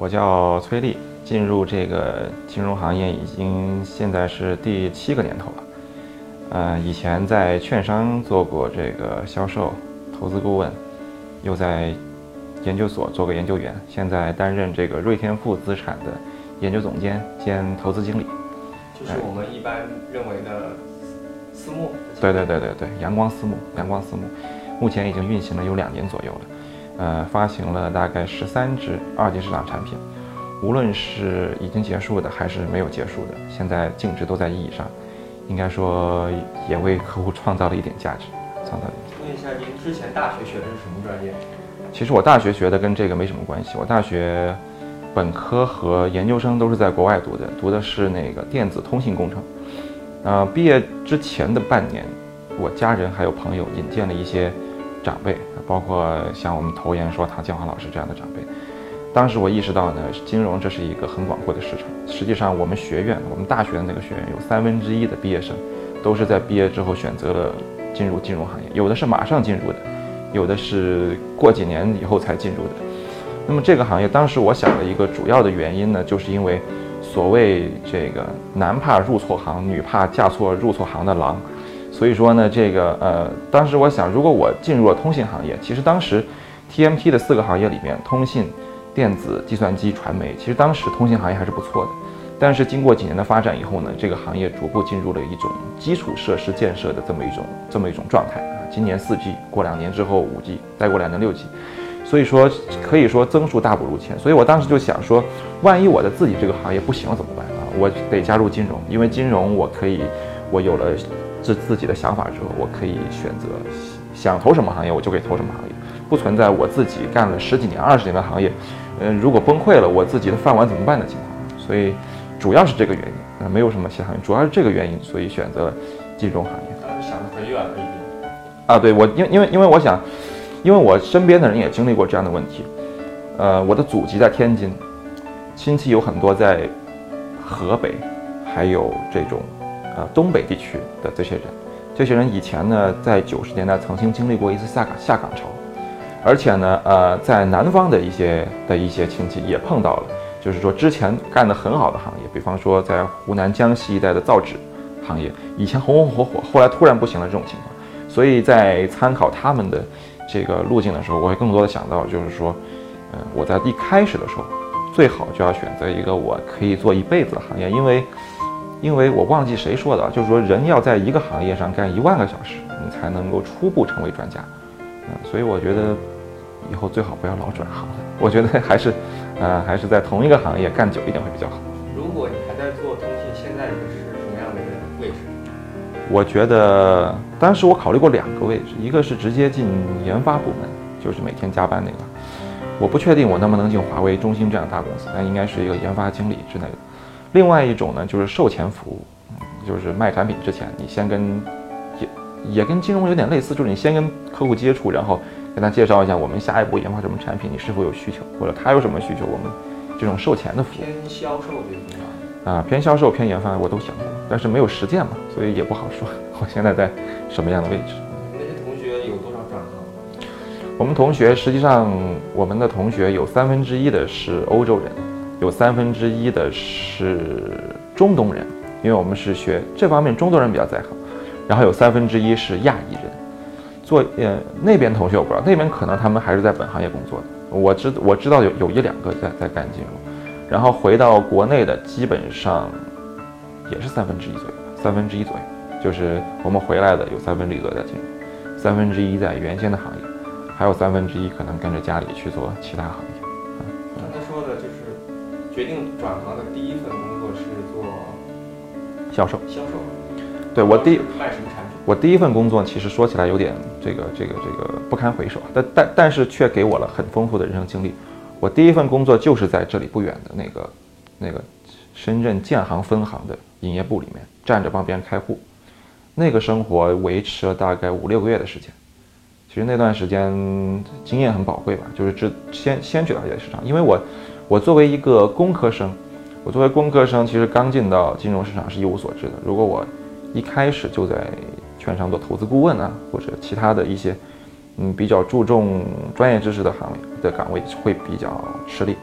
我叫崔丽，进入这个金融行业现在是第7个年头了。以前在券商做过这个销售、投资顾问，又在研究所做过研究员，现在担任这个瑞天富资产的研究总监兼投资经理。 就是我们一般认为的私募。 对，阳光私募，目前已经运行了有2年左右了。发行了大概13只二级市场产品，无论是已经结束的还是没有结束的，现在净值都在1亿以上，应该说也为客户创造了一点价值。 问一下，您之前大学学的是什么专业？ 其实我大学学的跟这个没什么关系，我大学本科和研究生都是在国外读的是那个电子通信工程。毕业之前的半年，我家人还有朋友引荐了一些长辈，包括像我们投研说唐建华老师这样的长辈。当时我意识到呢，金融这是一个很广阔的市场。实际上我们大学的那个学院有1/3的毕业生都是在毕业之后选择了进入金融行业，有的是马上进入的，有的是过几年以后才进入的。那么这个行业当时我想的一个主要的原因呢，就是因为所谓这个男怕入错行，女怕嫁错入错行的郎。所以说呢，当时我想，如果我进入了通信行业，其实当时 TMT 的4个行业里面，通信、电子、计算机、传媒，其实当时通信行业还是不错的。但是经过几年的发展以后呢，这个行业逐步进入了一种基础设施建设的这么一种状态啊。今年4G，过2年之后5G，再过2年6G，所以说可以说增速大不如前。所以我当时就想说，万一我的自己这个行业不行了怎么办啊？我得加入金融，因为金融我有了自己的想法之后，我可以选择想投什么行业我就可以投什么行业，不存在我自己干了10几年、20年的行业，如果崩溃了，我自己的饭碗怎么办的情况。所以主要是这个原因，没有什么其他原因，主要是这个原因，所以选择了金融行业。 当时想得很远了已经。 对，因为我想，因为我身边的人也经历过这样的问题。我的祖籍在天津，亲戚有很多在河北，还有这种东北地区的这些人以前呢，在90年代曾经经历过一次下岗潮，而且呢，在南方的一些亲戚也碰到了，就是说之前干得很好的行业，比方说在湖南、江西一带的造纸行业，以前红红火火，后来突然不行了这种情况。所以在参考他们的这个路径的时候，我会更多的想到，就是说，我在一开始的时候，最好就要选择一个我可以做一辈子的行业，因为我忘记谁说的，就是说人要在一个行业上干1万个小时，你才能够初步成为专家。所以我觉得以后最好不要老转行了，我觉得还是在同一个行业干久一点会比较好。 如果你还在做通信，现在是什么样的一个位置？ 我觉得当时我考虑过2个位置，一个是直接进研发部门，就是每天加班那个，我不确定我能不能进华为、中兴这样的大公司，但应该是一个研发经理之类的。另外一种呢，就是售前服务，就是卖产品之前，你先也跟金融有点类似，就是你先跟客户接触，然后跟他介绍一下我们下一步研发什么产品，你是否有需求，或者他有什么需求，我们这种售前的服务。 偏销售这种吗？ 偏销售、偏研发我都想过，但是没有实践嘛，所以也不好说我现在在什么样的位置。 那些同学有多少转行？ 我们同学实际上，我们的同学有1/3的是欧洲人，有1/3的是中东人，因为我们是学这方面中东人比较在行，然后有1/3是亚裔人。那边同学我不知道，那边可能他们还是在本行业工作的。我知道有1-2个在干金融。然后回到国内的基本上也是1/3左右，就是我们回来的有1/3左右在金融，1/3在原先的行业，还有1/3可能跟着家里去做其他行业。 刚才说的就是决定转行的第一份工作是做销售。对， 卖什么产品？ 我第一份工作其实说起来有点这个不堪回首，但是却给我了很丰富的人生经历。我第一份工作就是在这里不远的那个深圳建行分行的营业部里面站着帮别人开户，那个生活维持了大概5-6个月的时间。其实那段时间经验很宝贵吧，就是先去了解市场，因为我作为一个工科生，其实刚进到金融市场是一无所知的。如果我一开始就在券商做投资顾问啊，或者其他的一些比较注重专业知识的岗位会比较吃力，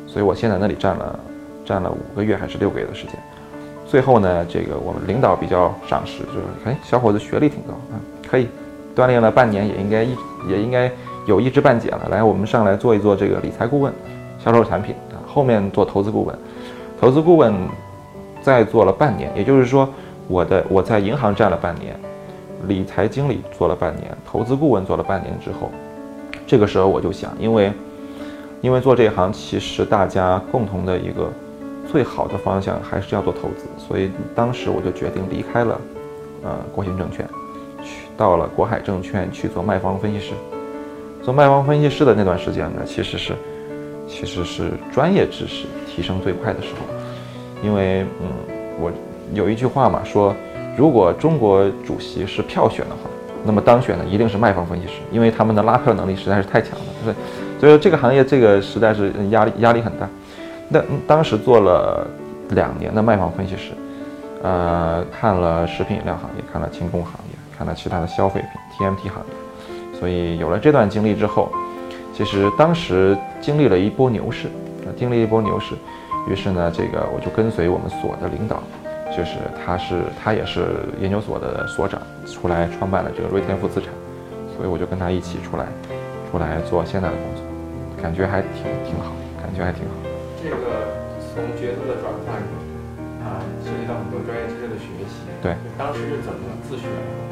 所以我先在那里站了5个月还是6个月的时间。最后呢，这个我们领导比较赏识，就是小伙子学历挺高啊，可以锻炼了半年，也应该有一知半解了。来，我们上来做一做这个理财顾问、销售产品啊，后面做投资顾问。投资顾问再做了半年，也就是说我在银行站了半年，理财经理做了半年，投资顾问做了半年之后，这个时候我就想，因为做这一行，其实大家共同的一个最好的方向还是要做投资，所以当时我就决定离开了国信证券，到了国海证券去做卖方分析师。做卖方分析师的那段时间呢，其实是专业知识提升最快的时候。因为我有一句话嘛，说如果中国主席是票选的话，那么当选的一定是卖方分析师，因为他们的拉票能力实在是太强了。所以这个行业这个实在是压力很大。那当时做了2年的卖方分析师，看了食品饮料行业，看了轻工行业，看了其他的消费品 TMT 行业。所以有了这段经历之后，其实当时经历了一波牛市，于是呢，这个我就跟随我们所的领导，就是他也是研究所的所长，出来创办了这个瑞天富资产，所以我就跟他一起出来做现在的工作，感觉还挺好。 这个从角色的转换涉及到很多专业知识的学习。 对， 当时是怎么自学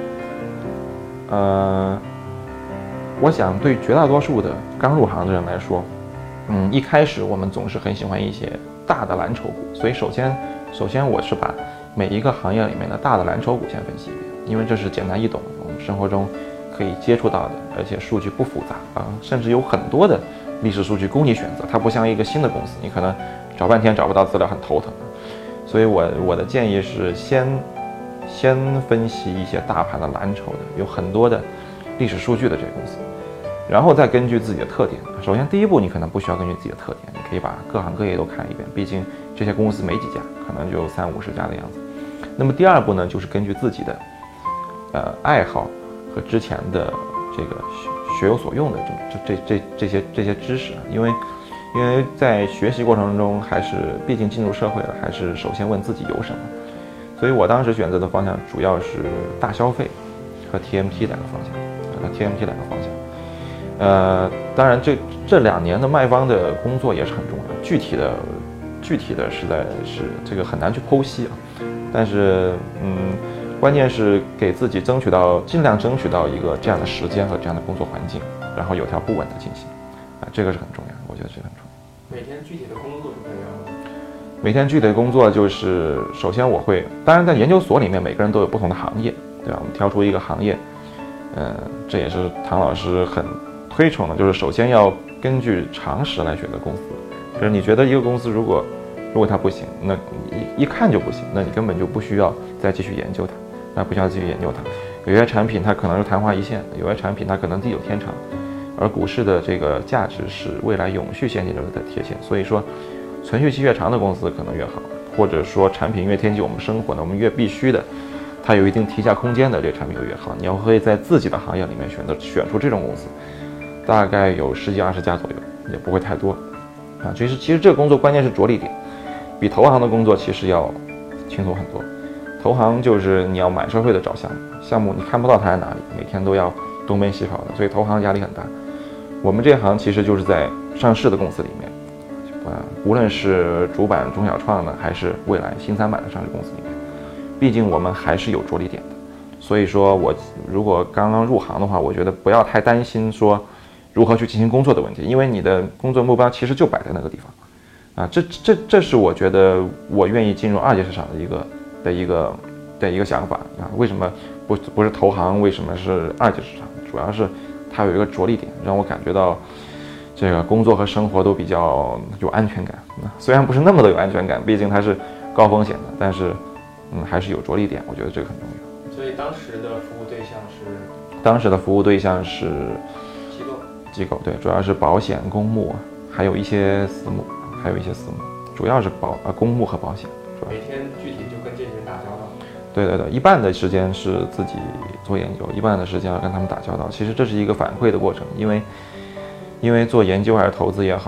的？我想对绝大多数的刚入行的人来说，一开始我们总是很喜欢一些大的蓝筹股，所以首先我是把每一个行业里面的大的蓝筹股先分析一遍，因为这是简单易懂，我们生活中可以接触到的，而且数据不复杂甚至有很多的历史数据供你选择，它不像一个新的公司，你可能找半天找不到资料，很头疼。所以我的建议是先分析一些大盘的蓝筹的，有很多的历史数据的这些公司，然后再根据自己的特点。首先第一步你可能不需要根据自己的特点，你可以把各行各业都看一遍，毕竟这些公司没几家，可能就30-50家的样子。那么第二步呢，就是根据自己的爱好和之前的这个学有所用的这些知识，因为在学习过程中，还是毕竟进入社会了，还是首先问自己有什么。所以我当时选择的方向主要是大消费和 TMT 两个方向。当然这2年的卖方的工作也是很重要，具体的实在是这个很难去剖析但是关键是给自己尽量争取到一个这样的时间和这样的工作环境，然后有条不紊的进行这个是很重要，我觉得这个很重要。 每天具体的工作是怎样的？ 每天具体的工作就是，首先当然在研究所里面每个人都有不同的行业，对吧？我们挑出一个行业，这也是唐老师很推崇的，就是首先要根据常识来选择公司。就是你觉得一个公司如果它不行，那一看就不行，那你根本就不需要再继续研究它，有些产品它可能是昙花一现，有些产品它可能地久天长，而股市的这个价值是未来永续现金流的贴现，所以说存续期越长的公司可能越好，或者说产品越贴近我们生活的，我们越必须的，它有一定提价空间的这个产品就越好。你要会在自己的行业里面选出这种公司，大概有10几20家左右，也不会太多其实这个工作关键是着力点，比投行的工作其实要轻松很多。投行就是你要满社会的找项目你看不到它在哪里，每天都要东奔西跑的，所以投行压力很大。我们这行其实就是在上市的公司里面，无论是主板、中小创的，还是未来新3板的上市公司里面，毕竟我们还是有着力点的。所以说我如果刚刚入行的话，我觉得不要太担心说如何去进行工作的问题，因为你的工作目标其实就摆在那个地方这是我觉得我愿意进入2级市场的一个想法为什么不是投行，为什么是2级市场？主要是它有一个着力点，让我感觉到这个工作和生活都比较有安全感。虽然不是那么的有安全感，毕竟它是高风险的，但是还是有着力点，我觉得这个很重要。 所以当时的服务对象是机构，对，主要是保险、公募，还有一些私募，主要是公募和保险。 每天具体就跟这些人打交道。 对，一半的时间是自己做研究，一半的时间要跟他们打交道。其实这是一个反馈的过程，因为做研究还是投资也好，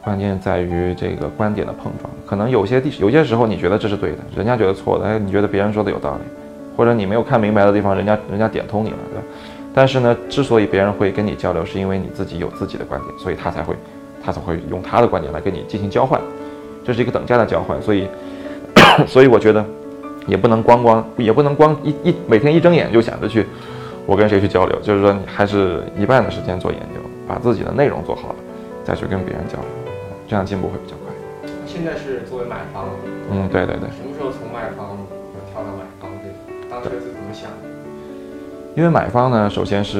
关键在于这个观点的碰撞。可能有些时候你觉得这是对的，人家觉得错的，你觉得别人说的有道理，或者你没有看明白的地方，人家点通你了，对吧？但是呢，之所以别人会跟你交流，是因为你自己有自己的观点，所以他才会用他的观点来跟你进行交换，这是一个等价的交换。所以我觉得也不能光每天一睁眼就想着去我跟谁去交流，就是说你还是一半的时间做研究，把自己的内容做好了，再去跟别人交流，这样进步会比较快。 现在是作为买方， 对， 什么时候从卖方跳到买方这个？当时是怎么想的？ 因为买方呢，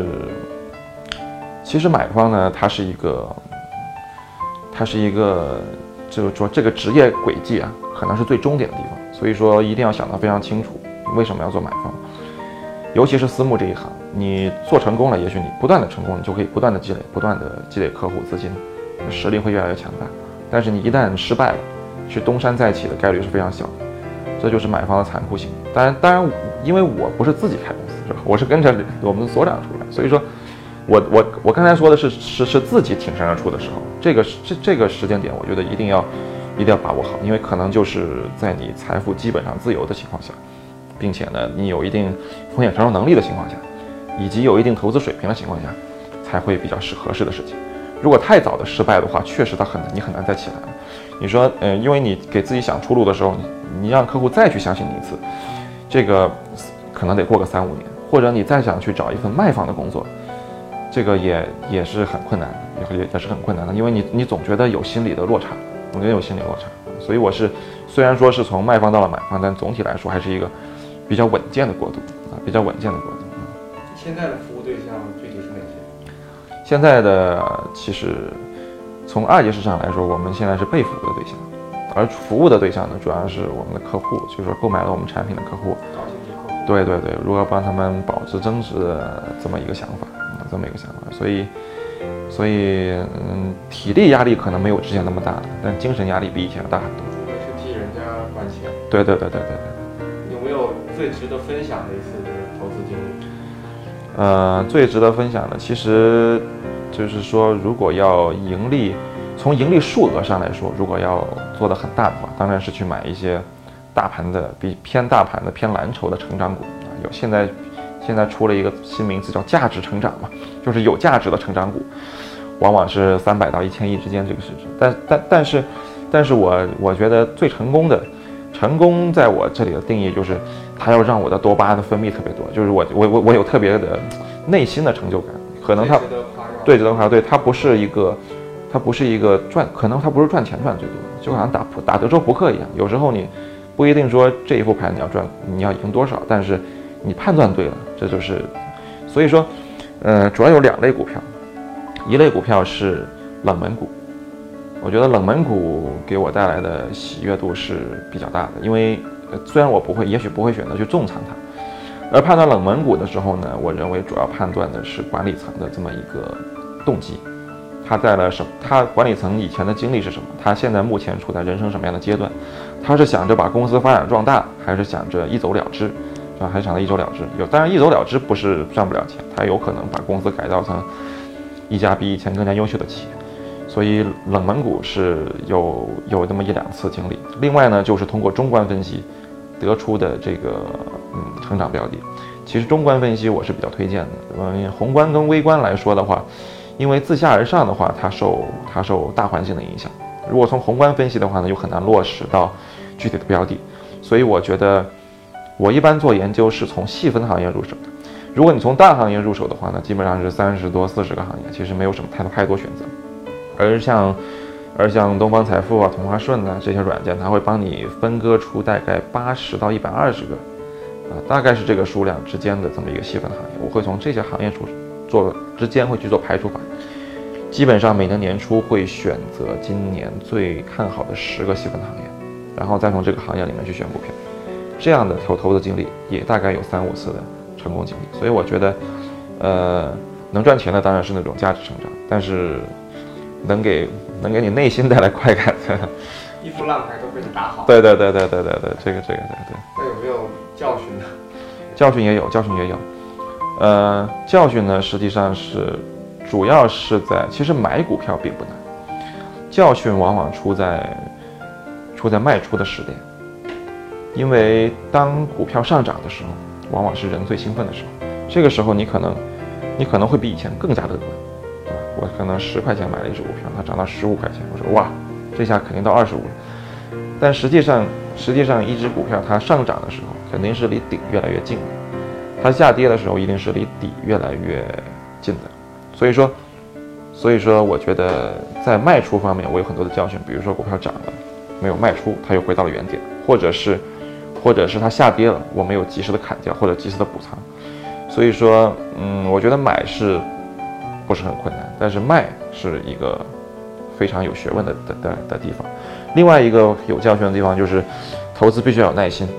其实买方呢，它是一个，就是说这个职业轨迹啊，可能是最终点的地方，所以说一定要想得非常清楚，为什么要做买方。尤其是私募这一行，你做成功了，也许你不断的成功，你就可以不断的积累客户资金，实力会越来越强大。但是你一旦失败了，去东山再起的概率是非常小的，这就是买方的残酷性。当然，因为我不是自己开公司，是吧？我是跟着我们的所长出来，所以说，我刚才说的是自己挺身而出的时候，这个时间点，我觉得一定要把握好，因为可能就是在你财富基本上自由的情况下，并且呢，你有一定风险承受能力的情况下，以及有一定投资水平的情况下，才会比较合适的事情。如果太早的失败的话，确实你很难再起来了。你说，因为你给自己想出路的时候，你让客户再去相信你一次，这个可能得过个3-5年，或者你再想去找一份卖方的工作，这个也是很困难的，也是很困难的，因为你总觉得有心理的落差，所以我是虽然说是从卖方到了买方，但总体来说还是一个比较稳健的过渡。 现在的服务对象具体是哪些？ 现在的其实从二级市场来说，我们现在是被服务的对象，而服务的对象呢，主要是我们的客户，就是说购买了我们产品的客户。对，如何帮他们保值增值的这么一个想法。所以体力压力可能没有之前那么大了，但精神压力比以前大很多。 是替人家管钱。 对。 有没有最值得分享的一次投资经历？ 最值得分享的，其实就是说，如果要从盈利数额上来说，如果要做得很大的话，当然是去买一些大盘的偏大盘的偏蓝筹的成长股啊。现在出了一个新名词叫价值成长嘛，就是有价值的成长股，往往是300到1000亿之间这个市值。但是我觉得最成功在我这里的定义就是，它要让我的多巴胺分泌特别多，就是我有特别的内心的成就感。可能它对值得夸耀，对它不是一个可能它不是赚钱赚最多，就好像打德州扑克一样，有时候你不一定说这一副牌你要赢多少，但是你判断对了，这就是。所以说，主要有2类股票，一类股票是冷门股。我觉得冷门股给我带来的喜悦度是比较大的，因为虽然我也许不会选择去重仓它，而判断冷门股的时候呢，我认为主要判断的是管理层的这么一个动机，他管理层以前的经历是什么，他现在目前处在人生什么样的阶段，他是想着把公司发展壮大，还是想着一走了之，是吧？还是想着一走了之？当然一走了之不是赚不了钱，他有可能把公司改造成一家比以前更加优秀的企业。所以冷门股是有那么1-2次经历。另外呢，就是通过中观分析得出的这个成长标的。其实中观分析我是比较推荐的。宏观跟微观来说的话，因为自下而上的话，它受大环境的影响。如果从宏观分析的话呢，又很难落实到具体的标的。所以我觉得我一般做研究是从细分行业入手的。如果你从大行业入手的话呢，基本上是30多40个行业，其实没有什么太多选择。而像东方财富啊、同花顺啊这些软件，它会帮你分割出大概80到120个，大概是这个数量之间的这么一个细分行业。我会从这些行业之间会去做排除法，基本上每年年初会选择今年最看好的10个细分行业，然后再从这个行业里面去选股票。这样的投资经历也大概有3-5次的成功经历。所以我觉得，能赚钱的当然是那种价值成长，但是能给你内心带来快感的， 一副烂牌都被你打好。 对，这个对。 那有没有教训呢？ 教训也有。教训呢，实际上是主要是其实买股票并不难， 教训往往出在卖出的时点，因为当股票上涨的时候，往往是人最兴奋的时候，这个时候你可能会比以前更加乐观，对吧？我可能10块钱买了一只股票，它涨到15块钱，我说哇，这下肯定到25了。但实际上一只股票它上涨的时候，肯定是离顶越来越近的，它下跌的时候一定是离底越来越近的。所以说我觉得在卖出方面我有很多的教训，比如说股票涨了没有卖出，它又回到了原点，或者是它下跌了，我没有及时的砍掉或者及时的补仓。所以说我觉得买是不是很困难，但是卖是一个非常有学问的地方。另外一个有教训的地方就是投资必须要有耐心，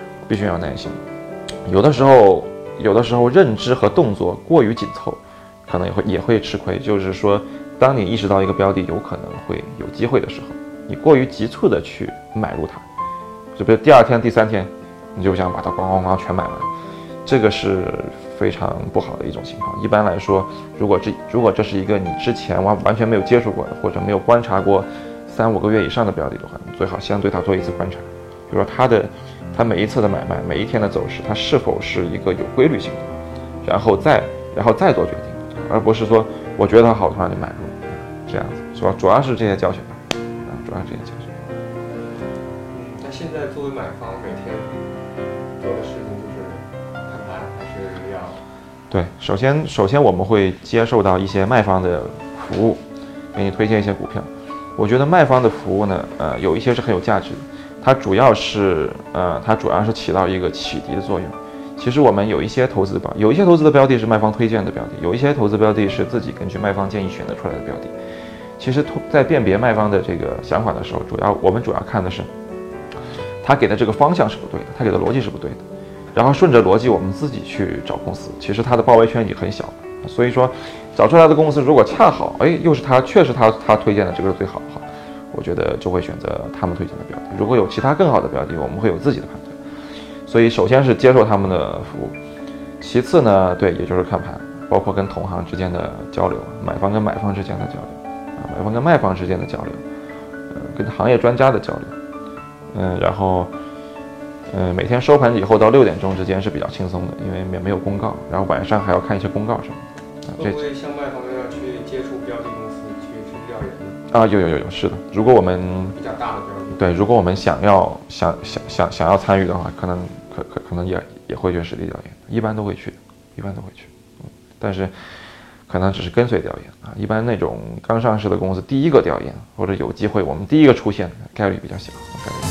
有的时候认知和动作过于紧凑，可能也会吃亏。就是说当你意识到一个标的有可能会有机会的时候，你过于急促的去买入它，就比如第2天第3天你就想把它咣全买完，这个是非常不好的一种情况。一般来说，如果这是一个你之前完全没有接触过的，或者没有观察过3-5个月以上的标的的话，你最好先对它做一次观察，比如说它每一次的买卖，每一天的走势，它是否是一个有规律性的，然后再做决定，而不是说我觉得它好突然就买入，这样子。主要是这些教训吧，主要是这些教训。 那现在作为买方，每天做的事情就是看盘，还是要？ 对，首先我们会接受到一些卖方的服务，给你推荐一些股票。我觉得卖方的服务呢，有一些是很有价值的，它主要是起到一个启迪的作用。其实我们有一些投资的标的是卖方推荐的标的，有一些投资标的是自己根据卖方建议选择出来的标的。其实在辨别卖方的这个想法的时候，我们主要看的是他给的这个方向是不对的，他给的逻辑是不对的，然后顺着逻辑我们自己去找公司，其实它的包围圈已经很小了。所以说找出来的公司如果恰好又是确实他推荐的这个是最好的话，我觉得就会选择他们推荐的标的。如果有其他更好的标的，我们会有自己的判断。所以首先是接受他们的服务，其次呢，也就是看盘，包括跟同行之间的交流，买方跟买方之间的交流，买方跟卖方之间的交流，跟行业专家的交流，然后每天收盘以后到6点钟之间是比较轻松的，因为没有公告，然后晚上还要看一些公告什么的。 会不会像卖方要去接触标的公司去调研呢？ 有，是的。如果我们比较大的标的， 对，如果我们想要参与的话，可能也会去实地调研，一般都会去。但是可能只是跟随调研啊。一般那种刚上市的公司第一个调研或者有机会我们第一个出现，概率比较小。